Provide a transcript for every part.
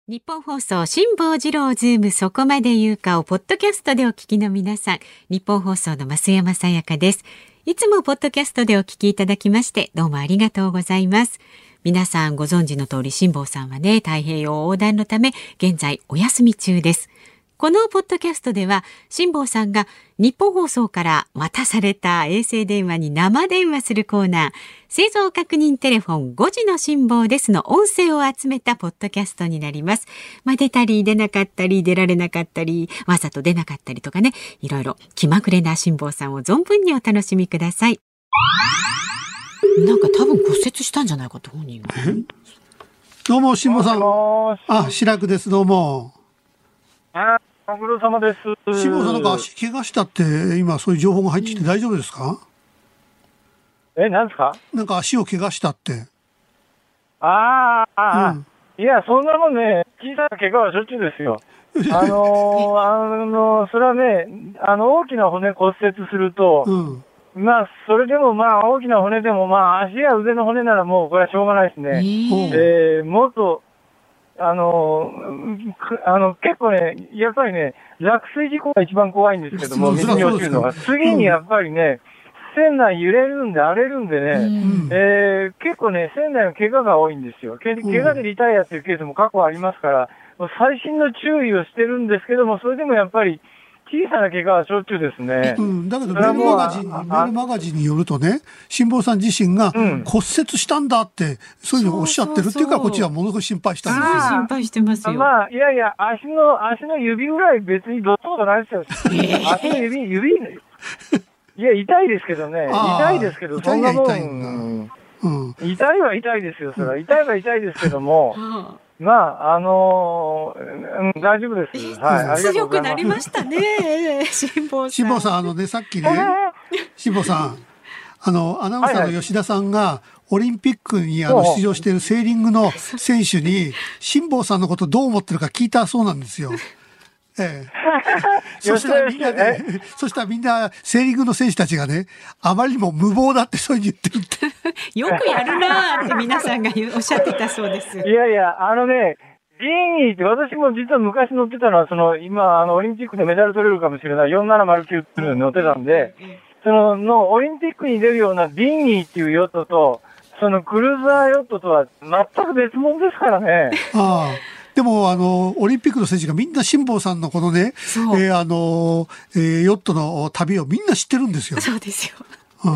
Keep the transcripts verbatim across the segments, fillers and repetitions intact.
日本放送辛坊治郎ズームそこまで言うかをポッドキャストでお聞きの皆さん、日本放送の増山さやかです。いつもポッドキャストでお聞きいただきましてどうもありがとうございます。皆さんご存知の通り辛坊さんはね、太平洋横断のため現在お休み中です。このポッドキャストでは辛坊さんが日本放送から渡された衛星電話に生電話するコーナー、製造確認テレフォンごじの辛坊ですの音声を集めたポッドキャストになります。まあ、出たり出なかったり出られなかったりわざと出なかったりとかね、いろいろ気まぐれな辛坊さんを存分にお楽しみください。なんか多分骨折したんじゃないかと本人が。 どうも辛坊さん。あ、白くです。どうも。 あ、ご苦労様です。 辛坊さん、なんか足怪我したって今そういう情報が入ってきて大丈夫ですか？ うん、え、なんですか？ なんか足を怪我したって。 あーあー、 うん、 いや、そんなもんね、小さな怪我はしょっちゅうですよ。あのー、あのー、それはね、あの、大きな骨骨折すると、 うん、 まあ、それでもまあ、大きな骨でもまあ、足や腕の骨ならもうこれはしょうがないですね。 えーえー、もっと、あのー、あの、結構ね、やっぱりね、落水事故が一番怖いんですけども、水に落ちるのが。次にやっぱりね、船内揺れるんで荒れるんでね、うん、えー、結構ね、船内の怪我が多いんですよ。け怪我でリタイアっていうケースも過去ありますから、もう細心の注意をしてるんですけども、それでもやっぱり、小さな怪我はしょっちゅうですね。 うん、だけどメールマガジンに、メールマガジンによるとね、辛坊さん自身が骨折したんだって、うん、そういうのをおっしゃってるっていうか、こっちはものすごい心配したんですよ。 心配してますよ。 まあ、いやいや、足の、足の指ぐらい別にどうことないですよ。足の指、指、いや、痛いですけどね。痛いですけど、そんなもん。痛いんだ。うん、痛いは痛いですよ、それは。痛いは痛いですけども。まあ、あのーうん、大丈夫です。はい。ありがとうございます。強くなりましたね、辛坊さん。 辛坊さん、あのね、さっきね、辛坊さん、あの、アナウンサーの吉田さんが、オリンピックにあの出場しているセーリングの選手に、辛坊さんのことどう思ってるか聞いたそうなんですよ。ええ、そしたらみんなね、そしたらみんなセーリングの選手たちがね、あまりにも無謀だってそういうふうに言ってるって。 よくやるなーって皆さんがおっしゃってたそうです。 いやいや、あのね、リンギーって私も実は昔乗ってたのは、その今、あの、オリンピックでメダル取れるかもしれないよんななまるきゅうっていうのに乗ってたんで、その、の、オリンピックに出るようなリンギーっていうヨットと、そのクルーザーヨットとは全く別物ですからね。 ああ。でも、あの、オリンピックの選手がみんな辛坊さんのこのね、えー、あの、えー、ヨットの旅をみんな知ってるんですよ。 そうですよ。 うん、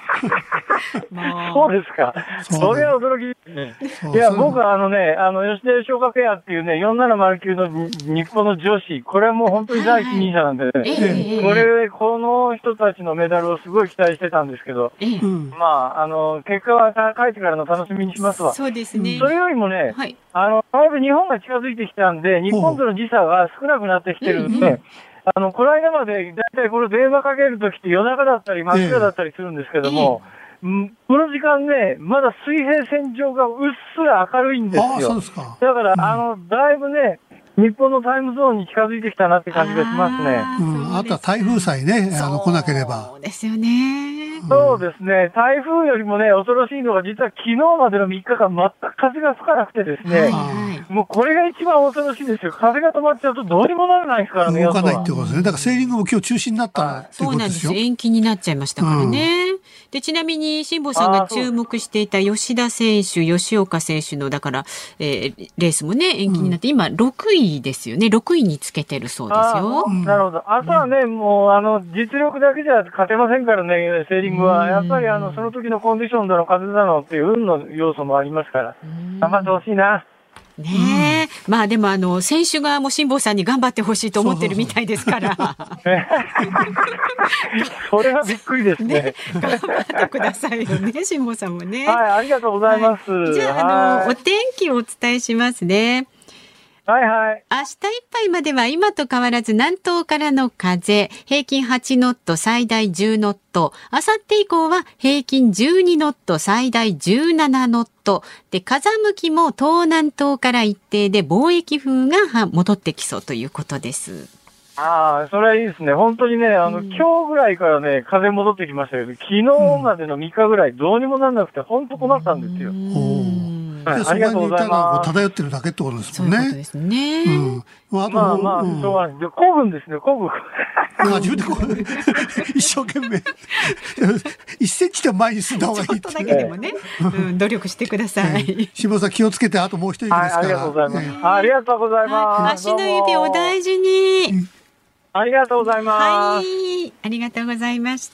そうですか。それは驚きですね。いや、僕はあのね、あの、吉田吉岡ペアっていうね、よんななまるきゅうの日本の女子、これはもう本当に第一人者なんでね、はいはい、これ、この人たちのメダルをすごい期待してたんですけど、ええ、まあ、あの、結果は帰ってからの楽しみにしますわ。 そうですね。 それよりもね、はい、あの、だいぶ日本が近づいてきたんで、日本との時差が少なくなってきてるんで、うんうん、あの、この間まで、だいたいこれ電話かけるときって夜中だったり、真っ暗だったりするんですけども、ええ、この時間ね、まだ水平線上がうっすら明るいんですよ。 あ、そうですか。 だから、うん、あの、だいぶね、日本のタイムゾーンに近づいてきたなって感じがしますね。 うん、あとは台風さえね、あの、来なければ。 そうですよね。 そうですね。台風よりもね、恐ろしいのが、実は昨日までのみっかかん全く風が吹かなくてですね、はいはい、もうこれが一番恐ろしいですよ。風が止まっちゃうとどうにもならないですからね。 動かないってことですね。だからセーリングも今日中止になったっていうことですよ。 そうなんです。延期になっちゃいましたからね。うん、で、ちなみに辛坊さんが注目していた吉田選手、吉岡選手の、だから、えー、レースもね、延期になって、うん、今ろくいですよね。ろくいにつけてるそうですよ。 うん、なるほど。あとはね、うん、もう、あの、実力だけじゃ勝てませんからね、セーリングは。やっぱり、あの、その時のコンディションだの、風だのっていう運の要素もありますから、頑張ってほしいな。 ねえ、うん、まあでもあの選手側も辛坊さんに頑張ってほしいと思ってるみたいですから。 それはびっくりですね。 ね、頑張ってくださいよね、辛坊さんもね。 はい、ありがとうございます。はい、 じゃあ、あのお天気をお伝えしますね。 はいはい。 明日いっぱいまでは今と変わらず南東からの風、平均はちノット、最大じゅうノット。あさって以降は平均じゅうにノット、最大じゅうななノット。で、風向きも東南東から一定で貿易風が戻ってきそうということです。 ああ、それはいいですね。本当にね、あの、うん、今日ぐらいからね、風戻ってきましたけど、昨日までのみっかぐらいどうにもなんなくて、本当困ったんですよ。 はい、 そこにいたら漂ってるだけってことですもんね。 そういうことですね。 うん。まあ、あとまあまあ、 うん、 そうなんですよ。古文ですね、古文。 自分でこう一生懸命一センチでも前に進んだ方がいいって。 ちょっとだけでもね、うん、努力してください。 辛坊さん気をつけて、あともう一人ですから。 はい、ありがとうございます。えー、ありがとうございます。 足の指お大事に。うん、 ありがとうございます。 はい、ありがとうございました。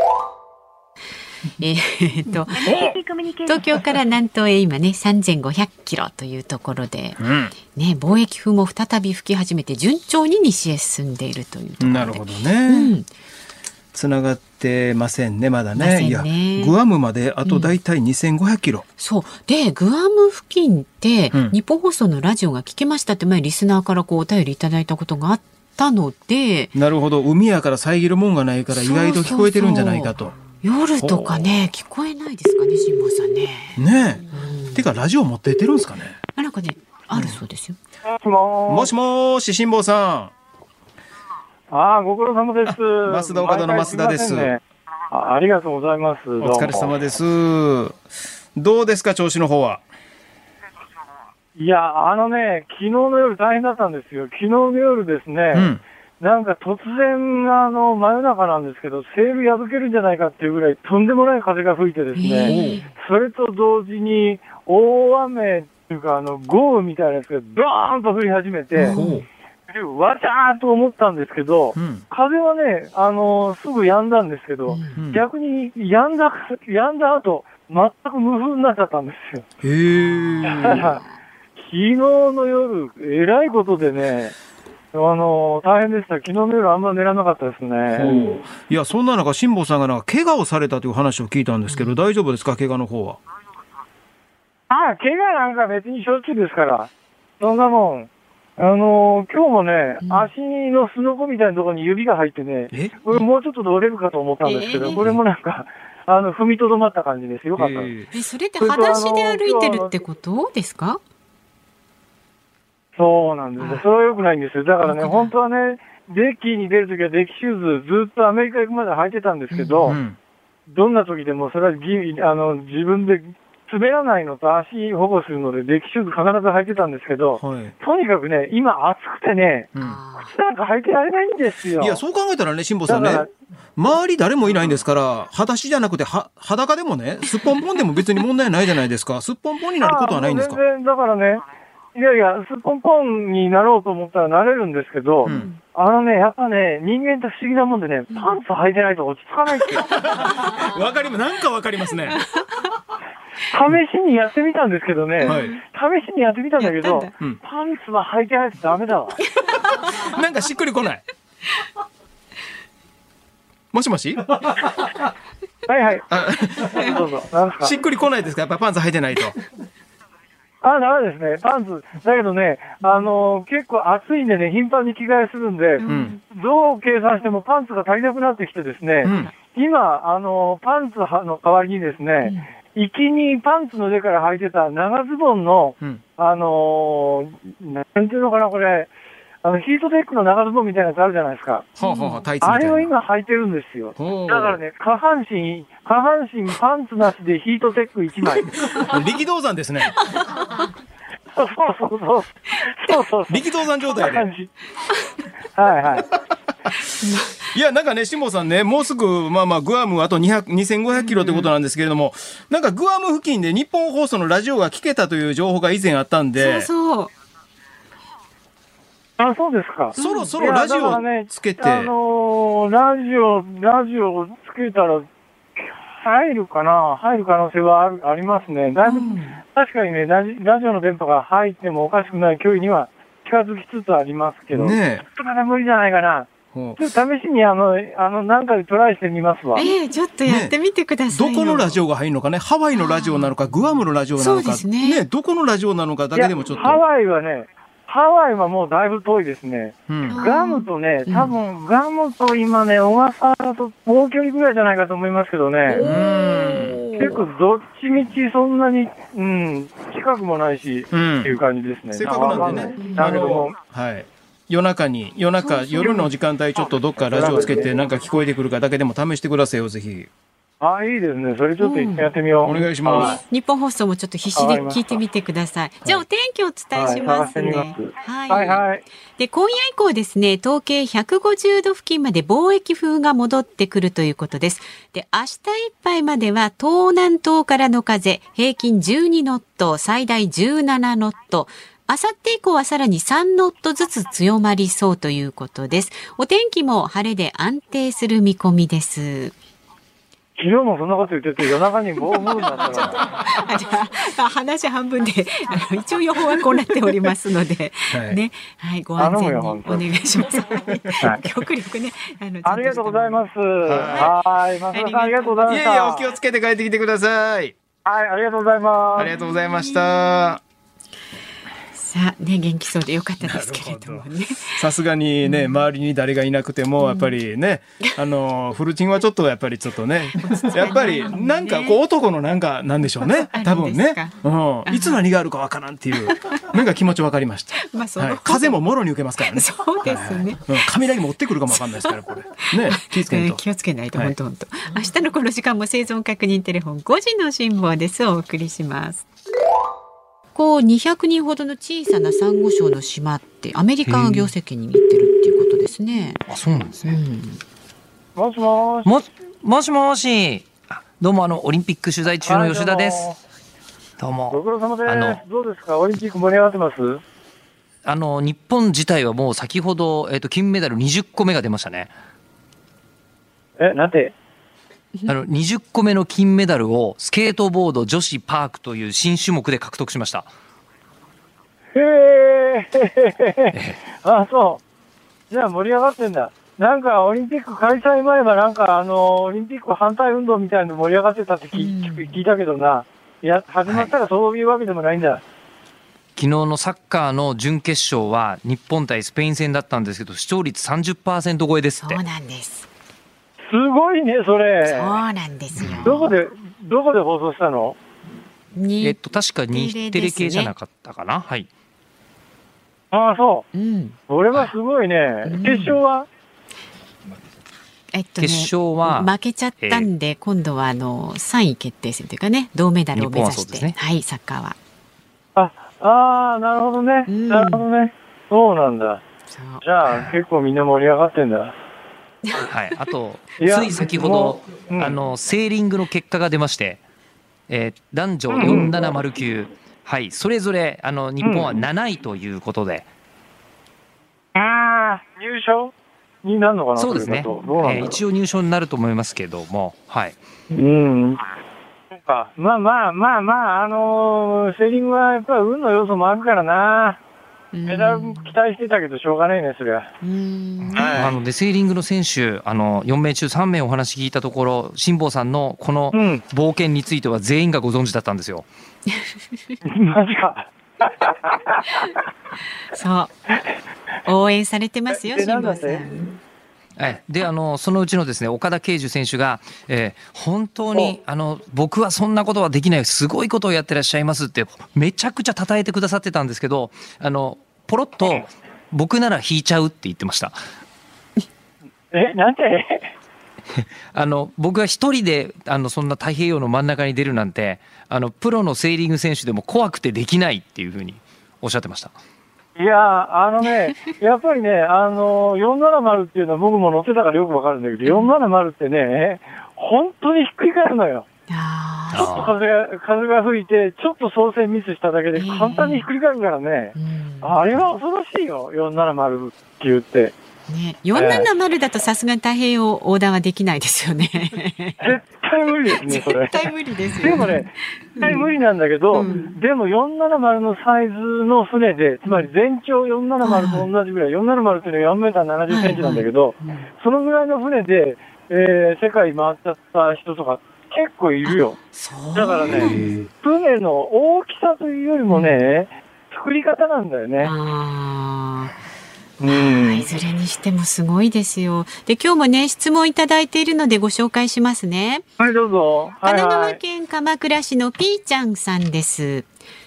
えー、っと東京から南東へ今ねさんぜんごひゃくキロというところで、うんね、貿易風も再び吹き始めて順調に西へ進んでいるというところで。 なるほどね、うん、つながってませんねまだ ね, ねいやグアムまであとだいたいにせんごひゃくキロ、うん、 そうでグアム付近って、うん、日本放送のラジオが聞けましたって前リスナーからこうお便りいただいたことがあったので。 なるほど、海やから遮るもんがないから意外と聞こえてるんじゃないかと。 そうそうそう、夜とかね聞こえないですかね辛坊さんね。 ねえ、うん、てかラジオ持ってってるんですかね。 あ、なんかねあるそうですよ、 うん、 もしもし辛坊さん。ああ、ご苦労様です。 増田岡田の増田です。 ね、あ, ありがとうございます。 お疲れ様です。どうですか調子の方は。 いや、あのね昨日の夜大変だったんですよ。昨日の夜ですね、うん、なんか突然、あの、真夜中なんですけど、セール破けるんじゃないかっていうぐらい、とんでもない風が吹いてですね、それと同時に、大雨っていうか、あの、豪雨みたいなやつがドーンと降り始めて、わちゃーっと思ったんですけど、うん、風はね、あの、すぐ止んだんですけど、うん、逆に止んだ、止んだ後、全く無風になっちゃったんですよ。 へー。 だから昨日の夜、えらいことでね、あの大変でした。昨日の夜あんま寝らなかったですね。 いや、そんな中辛坊さんがなんか怪我をされたという話を聞いたんですけど、大丈夫ですか怪我の方は。 ああ、怪我なんか別にしょっちゅうですから。そんなもん。あのー、今日もね、うん、足のすのこみたいなところに指が入ってね、これもうちょっとで折れるかと思ったんですけど、えー、これもなんかあの踏みとどまった感じです。よかったです。えー、それって裸足で歩いてるってことですか。 そうなんですよ。それは良くないんですよ。だからね、本当はね、デッキに出るときはデッキシューズずっとアメリカ行くまで履いてたんですけど、うん、どんな時でもそれはぎあの自分で滑らないのと足保護するのでデッキシューズ必ず履いてたんですけど、はい、とにかくね、今暑くてね、うん、靴なんか履いてられないんですよ。 いや、そう考えたらね、辛坊さんね、周り誰もいないんですから、裸足じゃなくては裸でもね、すっぽんぽんでも別に問題ないじゃないですか。すっぽんぽんになることはないんですか。 全然だからね、いやいや、すっぽんぽんになろうと思ったらなれるんですけど、うん、あのね、やっぱね、人間って不思議なもんでね、パンツ履いてないと落ち着かないんですよ。 わかります。なんかわかりますね。 試しにやってみたんですけどね、はい、試しにやってみたんだけど、うん、パンツは履いてないとダメだわ。 なんかしっくりこない。もしもしはいはい。どうぞ。なんですか。 しっくりこないですかやっぱパンツ履いてないと。 あ、ダメですね。パンツ。だけどね、あのー、結構暑いんでね、頻繁に着替えするんで、うん、どう計算してもパンツが足りなくなってきてですね、うん、今、あのー、パンツの代わりにですね、うん、行きにパンツの上から履いてた長ズボンの、うん、あのー、なんていうのかな、これ、あのヒートテックの長ズボンみたいなやつあるじゃないですか。 はあはあ、タイツみたいな。 あれを今履いてるんですよ。だからね、下半身、下半身パンツなしでヒートテックいちまい。 力道山ですね。 そうそうそう。そうそう。 力道山状態で。はいはい。 いや、なんかね、辛坊さんね、もうすぐ、まあまあ、グアムあとにせんごひゃくキロということなんですけれども、うん、なんかグアム付近で日本放送のラジオが聞けたという情報が以前あったんで。 そうそう。 あ、そうですか。 そろそろラジオつけて、ね、 あのー、ラジオラジオつけたら入るかな、入る可能性はあるありますね。だいぶ、うん、確かにねラジ、ラジオの電波が入ってもおかしくない距離には近づきつつありますけど、ね、ちょっとまだ無理じゃないかな。ちょっと試しにあのあのなんかでトライしてみますわ。 えー、ちょっとやってみてください、 ね、どこのラジオが入るのかね、ハワイのラジオなのかグアムのラジオなのか、 そうですね、 ね、どこのラジオなのかだけでもちょっと。 ハワイはね。ハワイはもうだいぶ遠いですね。うん、ガムとね、多分、うん、ガムと今ね、小笠原と遠距離ぐらいじゃないかと思いますけどね。うん、結構どっちみちそんなに、うん、近くもないし、うん、っていう感じですね。 せっかくなんでね。 だけども、 はい。夜中に、夜中、夜の時間帯ちょっとどっかラジオつけてなんか聞こえてくるかだけでも試してくださいよ、ぜひ。 あ、いいですね。それちょっと一回やってみよう。 お願いします。 日本放送もちょっと必死で聞いてみてください。じゃあお天気をお伝えしますね。 はい、はい、はい。 で、今夜以降ですね、東経ひゃくごじゅうど付近まで貿易風が戻ってくるということです。で、明日いっぱいまでは東南東からの風、平均じゅうにノット、最大じゅうななノット。あさって以降はさらにさんノットずつ強まりそうということです。お天気も晴れで安定する見込みです。 昨日もそんなこと言ってて夜中に暴風になったらじゃあ話半分であの一応予報はこうなっておりますので、はい、ね、はい、ご安全にお願いします。はい、極力ね、 あのありがとうございます。はい、松田さんありがとうございました。 いえいえ、お気をつけて帰ってきてください。 はい、ありがとうございます。 ありがとうございました。 さあね、元気そうでよかったですけれどもね。 さすがにね、周りに誰がいなくてもやっぱりね、あのフルチンはちょっとやっぱりちょっとね、やっぱりなんかこう男のなんかなんでしょうね、多分ね、うん、いつ何があるかわからんっていうなんか気持ちわかりました。 まあそう、はい、 風ももろに受けますからね。 そうですね。 はい、雷持ってくるかもわかんないですからこれ。ね、気をつけないと。 気をつけないと本当本当。明日のこの時間も生存確認テレフォンごじの辛抱です。お送りします。こうにひゃくにんほどの小さなサンゴ礁の島ってアメリカが業績に握ってるっていうことですね。 あ、そうなんですね。 うん、もしもし。 も、もしもし。どうもあのオリンピック取材中の吉田です。どうも。 ご苦労様です。あのどうですか、オリンピック盛り上がってます？ あの日本自体はもう先ほどえっと金メダルにじゅっこめが出ましたね。 え、なんて？ あのにじゅっこめの金メダルをスケートボード女子パークという新種目で獲得しました。 へえ。あ、そう。じゃあ盛り上がってんだ。なんかオリンピック開催前はなんかあのオリンピック反対運動みたいなの盛り上がってたって聞、うん、聞いたけどな。いや、始まったらそういうわけでもないんだ。はい、 昨日のサッカーの準決勝は日本対スペイン戦だったんですけど、視聴率 さんじゅっパーセント 超えですって。 そうなんです。 すごいね、それ。 そうなんですよ。 どこで、どこで放送したの？ えっと、確か日テレ系じゃなかったかな。はい。 ああ、そう。 うん。 これはすごいね。うん、決勝は、 えっとね、 決勝は負けちゃったんで、えー、今度はあのさんい決定戦というかね、銅メダルを目指して、ね、はい、サッカーは。 あ、ああ、なるほどね。うん、なるほどね。そうなんだ。じゃあ、結構みんな盛り上がってんだ。 はい、あとつい先ほど、うん、あのセーリングの結果が出まして、えー、男女よんななまるきゅう、はい、それぞれあの日本はなないということで、 うん、ああ、入賞になるのかな。 そうですね、えー、一応入賞になると思いますけども、はい、 うん、そうか、まあまあまあまあ、あのー、セーリングはやっぱり運の要素もあるからな。メダル期待してたけどしょうがないね、それは。 うん、はい、あのでセーリングの選手あのよんめいちゅうさんめいお話聞いたところ、辛坊さんのこの冒険については全員がご存知だったんですよ。 うん、マジか。 そう応援されてますよ、辛坊さん。 であのそのうちのですね岡田圭樹選手が、えー、本当にあの僕はそんなことはできない、すごいことをやってらっしゃいますってめちゃくちゃ称えてくださってたんですけど、あのポロッと僕なら引いちゃうって言ってました。 え、なんてあの僕は一人であのそんな太平洋の真ん中に出るなんて、あのプロのセーリング選手でも怖くてできないっていうふうにおっしゃってました。 いや、あのね、やっぱりね、あの、よんななまるっていうのは僕も乗ってたからよくわかるんだけど、よんななまるってね、本当にひっくり返るのよ。ちょっと風が、風が吹いて、ちょっと操船ミスしただけで簡単にひっくり返るからね、えー、あれは恐ろしいよ、よんななまるって言って。 ね、よんななまるだとさすがに太平洋横断はできないですよね。 絶対無理ですね、それ。 絶対無理ですよね。 でもね、絶対無理なんだけど、うん、でもよんななまるのサイズの船で、つまり全長よんななまると同じぐらい、よんななまるっていうのはよんメーターななじゅっセンチなんだけど、はいはい、そのぐらいの船で、えー、世界回っちゃった人とか結構いるよ。だからね、船の大きさというよりもね、作り方なんだよね。 あうん、いずれにしてもすごいですよ。で、今日もね、質問いただいているのでご紹介しますね。 はい、どうぞ。 神奈川県鎌倉市のピーちゃんさんです。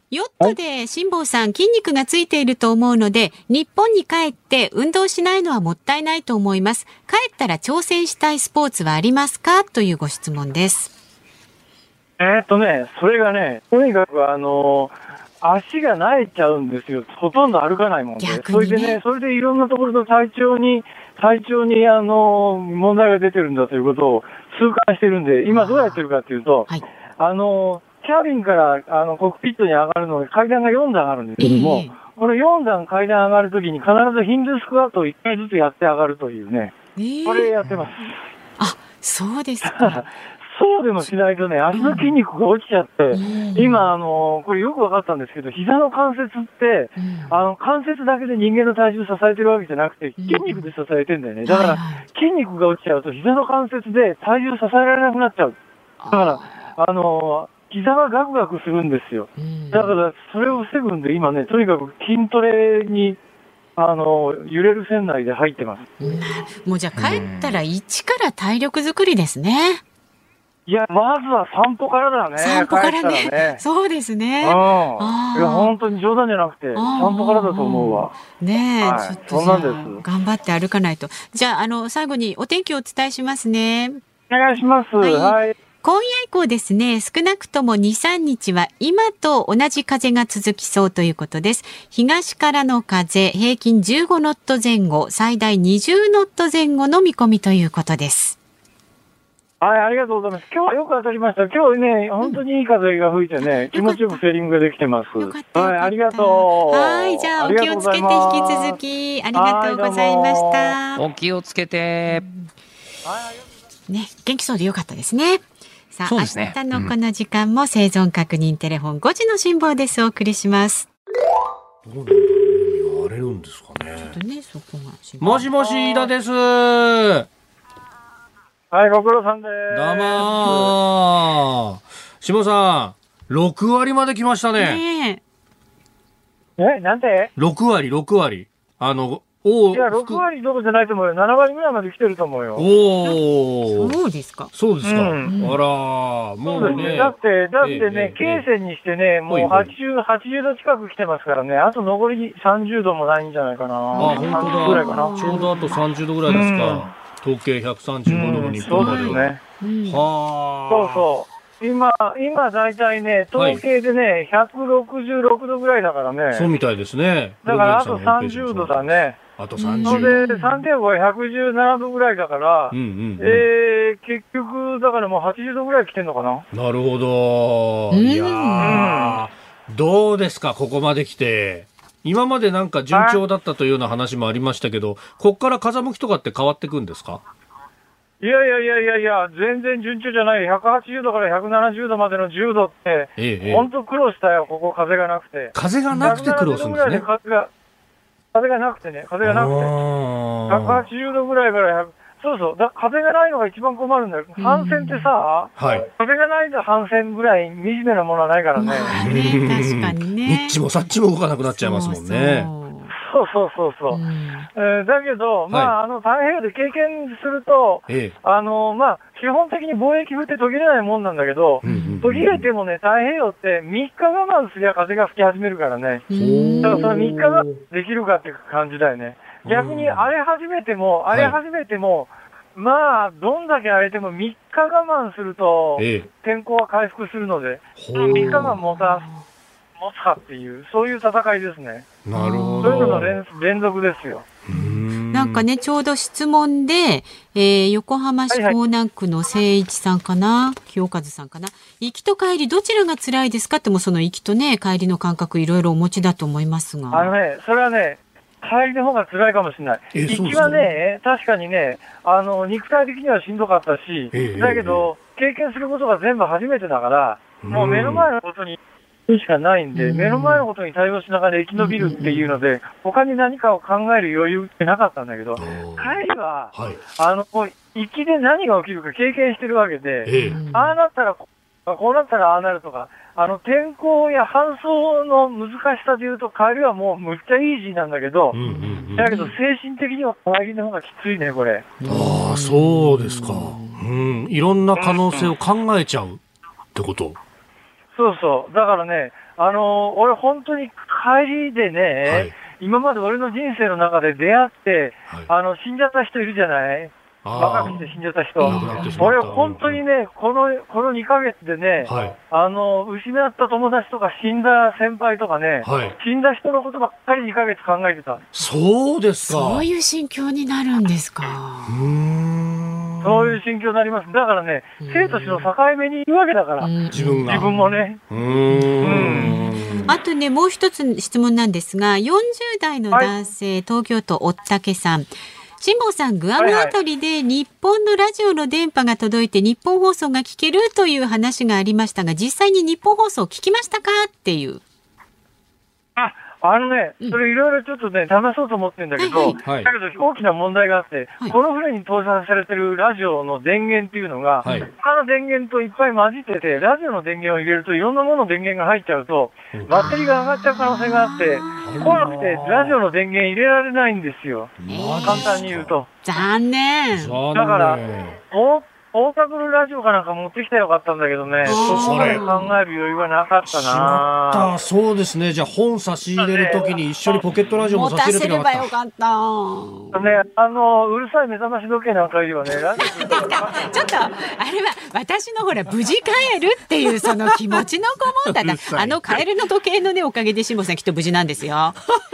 ヨットで辛坊さん、筋肉がついていると思うので、日本に帰って運動しないのはもったいないと思います。帰ったら挑戦したいスポーツはありますかというご質問です。 えーっとね、それがね、とにかくあの足が萎えちゃうんですよ。ほとんど歩かないもんで。 逆にね。 それでね、それでいろんなところの体調に、体調にあの、問題が出てるんだということを痛感してるんで、今どうやってるかっていうと、 はい、 あの、キャビンからあのコックピットに上がるのに階段がよんだんあるんですけども、えー、このよんだん階段上がるときに必ずヒンドゥスクワットをいっかいずつやって上がるというね、えー、これやってます。 あ、そうですか。 そうでもしないとね、足の筋肉が落ちちゃって、うん、今、あの、これよく分かったんですけど、膝の関節って、うん、あの、関節だけで人間の体重支えてるわけじゃなくて、筋肉で支えてんだよね。だから、筋肉が落ちちゃうと、膝の関節で体重支えられなくなっちゃう。だから、あの、膝がガクガクするんですよ。だから、それを防ぐんで、今ね、とにかく筋トレに、あの、揺れる船内で入ってます。 うん、もうじゃあ帰ったら一から体力作りですね。 いや、まずは散歩からだね。 散歩からね。ねそうですね。 うん。いや、本当に冗談じゃなくて、散歩からだと思うわ。 ねえ、 はい、 ちょっとそうなんです。 頑張って歩かないと。じゃあ、あの、最後にお天気をお伝えしますね。 お願いします。はい。はい、 今夜以降ですね、少なくともに、さんにちは今と同じ風が続きそうということです。東からの風、平均じゅうごノット前後、最大にじゅうノット前後の見込みということです。 はい、ありがとうございます。今日はよく当たりました。今日ね、本当にいい風が吹いてね、うん、気持ちよくセーリングができてます。 よかったよかった。 はい、ありがとう。 はい、じゃあお気をつけて引き続きありがとうございました。 お気をつけて。 ね、元気そうでよかったですね。さあ、 ね、 明日のこの時間も生存確認テレフォンごじの辛抱です。お送りします。 どうなんだろう、海が荒れるんですかね。 ちょっとね、そこがもしもし、飯田です。 はい、ご苦労さんです。 どうもー。下さん、ろくわりまで来ましたね。 ねえ、なんで ? ろく 割、ろく割。あの、おいや、ろく割どころじゃないと思うよ。なな割ぐらいまで来てると思うよ。 おお。そうですか。 そうですか。うん、あらもうね。だって、だってね、経線にしてね、もうはちじゅう、はちじゅうど近く来てますからね。あと残りさんじゅうどもないんじゃないかな。あ、 本当だ。ぐらいかな。ちょうどあとさんじゅうどぐらいですか。うん、統計ひゃくさんじゅうごどの日本まで、うん、そうですね。はあ。そうそう。今、今だいたいね、統計でね、はい、ひゃくろくじゅうろくどぐらいだからね。そうみたいですね。 だからあとさんじゅうどだね。 あとさんじゅうど。 それでさんてんごはひゃくじゅうななどぐらいだから、うんうんうん、えー、結局、だからもうはちじゅうどぐらい来てんのかな。 なるほど。いやー、うん、どうですか、ここまで来て。今までなんか順調だったというような話もありましたけど、こっから風向きとかって変わっていくんですか？ いやいやいやいやいや、全然順調じゃない。ひゃくはちじゅうどからひゃくななじゅうどまでのじゅうどって、ええ、本当苦労したよ、ここ風がなくて。 風がなくて苦労するんですね。 風が、風がなくてね、風がなくて。ひゃくはちじゅうどぐらいからひゃく、そうそう、だ風がないのが一番困るんだよ。反線ってさ、はい、風がないと反線ぐらい惨めなものはないからね。 まあね、確かにね。 ニッチもサッチも動かなくなっちゃいますもんね。 そうそうそうそう。うん、えー、だけど、まあ、はい、あの、太平洋で経験すると、ええ、あの、まあ、基本的に貿易風って途切れないもんなんだけど、うんうんうん、途切れてもね、太平洋ってみっか我慢すりゃ風が吹き始めるからね。だからそのみっか我慢できるかっていう感じだよね。逆に荒れ始めても、荒れ始めても、はい、まあ、どんだけ荒れてもみっか我慢すると、ええ、天候は回復するので、みっか我慢もた持つかっていう、そういう戦いですね。 なるほど。 そういうのの 連, 連続ですよ。 んなんかね、ちょうど質問で、えー、横浜市港南区の誠一さんかな、はいはい、清和さんかな、行きと帰りどちらが辛いですかって、もその行きとね、帰りの感覚いろいろお持ちだと思いますが。 あのね、それはね、帰りの方が辛いかもしれない。行きはね、確かにね、あの、肉体的にはしんどかったし、だけど、経験することが全部初めてだから、もう目の前のことに、しかないんで、目の前のことに対応しながら生き延びるっていうので、他に何かを考える余裕ってなかったんだけど、帰りは、はい、あの、行きで何が起きるか経験してるわけで、ええ、ああなったらこう、こうなったらああなるとか、あの、天候や搬送の難しさでいうと、帰りはもうむっちゃイージーなんだけど、うんうんうん、だけど精神的には帰りの方がきついね、これ。 ああ、そうですか。うん、いろんな可能性を考えちゃうってこと。 そうそう。だからね、 あの、俺本当に帰りでね、はい、今まで俺の人生の中で出会って、はい、あの、死んじゃった人いるじゃない？若くして死んじゃった人。俺本当にね、この、このにかげつでね、はい、あの、失った友達とか死んだ先輩とかね、はい、死んだ人のことばっかりにかげつ考えてた。 そうですか。 そういう心境になるんですか。 うーん、そういう心境になります。だからね、生と死の境目にいるわけだから。 自分が。 自分もね。 うーん。 うん、あとね、もう一つ質問なんですが、よんじゅう代の男性、はい、東京都おったけさん。辛坊さん、グアムあたりで日本のラジオの電波が届いて日本放送が聞けるという話がありましたが、実際に日本放送聞きましたかっていう。 あ、あのね、それいろいろちょっとね、試そうと思ってるんだけど、はいはい、だけど大きな問題があって、はい、この船に搭載されてるラジオの電源っていうのが、はい、他の電源といっぱい混じってて、ラジオの電源を入れるといろんなものの電源が入っちゃうと、バッテリーが上がっちゃう可能性があって、怖くてラジオの電源入れられないんですよ。簡単に言うと。 残念。 だから、お大阪のラジオかなんか持ってきたらよかったんだけどね、そこまで考える余裕はなかったな。しまった。そうですね。じゃあ本差し入れるときに一緒にポケットラジオも差し入れてなかった。 持たせればよかった。 ね、あのうるさい目覚まし時計なんかよりはね、ラジオちょっとあれは私のほら無事帰るっていうその気持ちのこもっただあのカエルの時計のねおかげで辛坊さんきっと無事なんですよ。あ,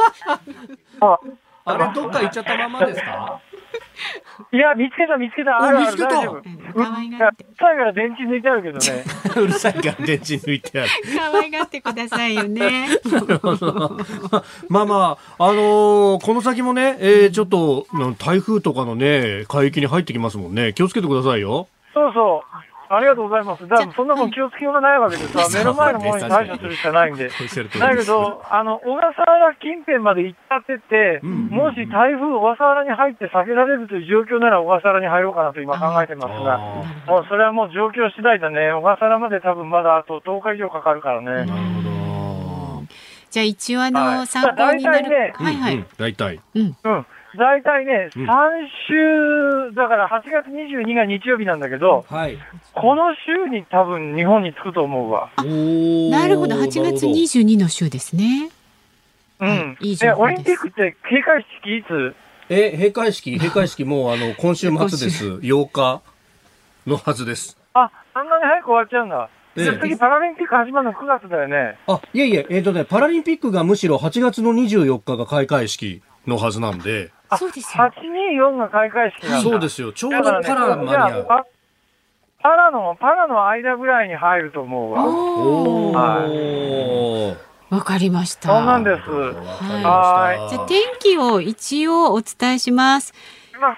あれどっか行っちゃったままですか？ いや、見つけた、見つけた。あるある、大丈夫。うるさいから電池抜いてあるけどね。 うるさいから電池抜いてある。 可愛がってくださいよね。 まあまあ、あのー、この先もね、えー、ちょっと、台風とかのね、海域に入ってきますもんね。気をつけてくださいよ。 そうそう。ありがとうございます。だからそんなもん気をつけようがないわけですわ。目の前のものに対処するしかないんで。だけど、あの、小笠原近辺まで行っちゃってて、うんうんうん、もし台風小笠原に入って避けられるという状況なら小笠原に入ろうかなと今考えてますが、もうそれはもう状況次第だね。小笠原まで多分まだあととおか以上かかるからね。なるほど。じゃあ一応あの、はい、参考になる。 ね、 はいはい。 大体。 うん。うん大体ね、さん週、だからはちがつにじゅうにが日曜日なんだけど、はい、この週に多分日本に着くと思うわ。 なるほど、はちがつにじゅうにの週ですね。 うん。いい情報です。オリンピックって閉会式いつ？ え、閉会式閉会式もうあの、今週末です。ようかのはずです。 あ、そんなに早く終わっちゃうんだ。ええ、次パラリンピック始まるのくがつだよね。 あ、いえいえ、えっとね、パラリンピックがむしろはちがつのにじゅうよっかが開会式のはずなんで。 そうですよ。 はちにーよんが開会式なんだ。 そうですよ。ちょうどパラマニア。 ね、パ, パラの、パラの間ぐらいに入ると思うわ。 おー。はい。わかりました。 そうなんです。 はい。じゃあ天気を一応お伝えします。 します。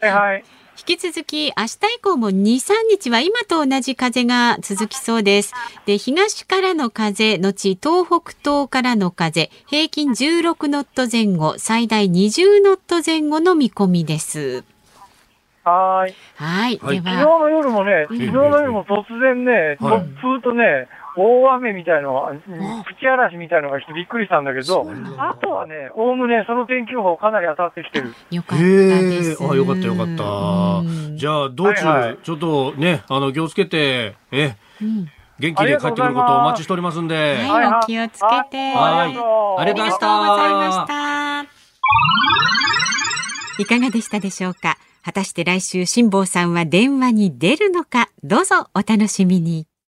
はい。 引き続き明日以降もに、さんにちは今と同じ風が続きそうです。で、東からの風のち東北東からの風、平均じゅうろくノット前後、最大にじゅうノット前後の見込みです。 はい。 はい。では昨日の夜もね、昨日の夜も突然ね、突風とね、大雨みたいの、プチ嵐みたいのが来てびっくりしたんだけど、あとはね、おおむねその天気予報かなり当たってきてる。 よかったです。 あ、よかったよかった。じゃあ道中、はいはい、ちょっとね、あの気をつけて、え、うん、元気で帰ってくることをお待ちしておりますんで。 はい、お気をつけて。はい、 ありがとうございました。いかがでしたでしょうか。果たして来週辛坊さんは電話に出るのか、どうぞお楽しみに。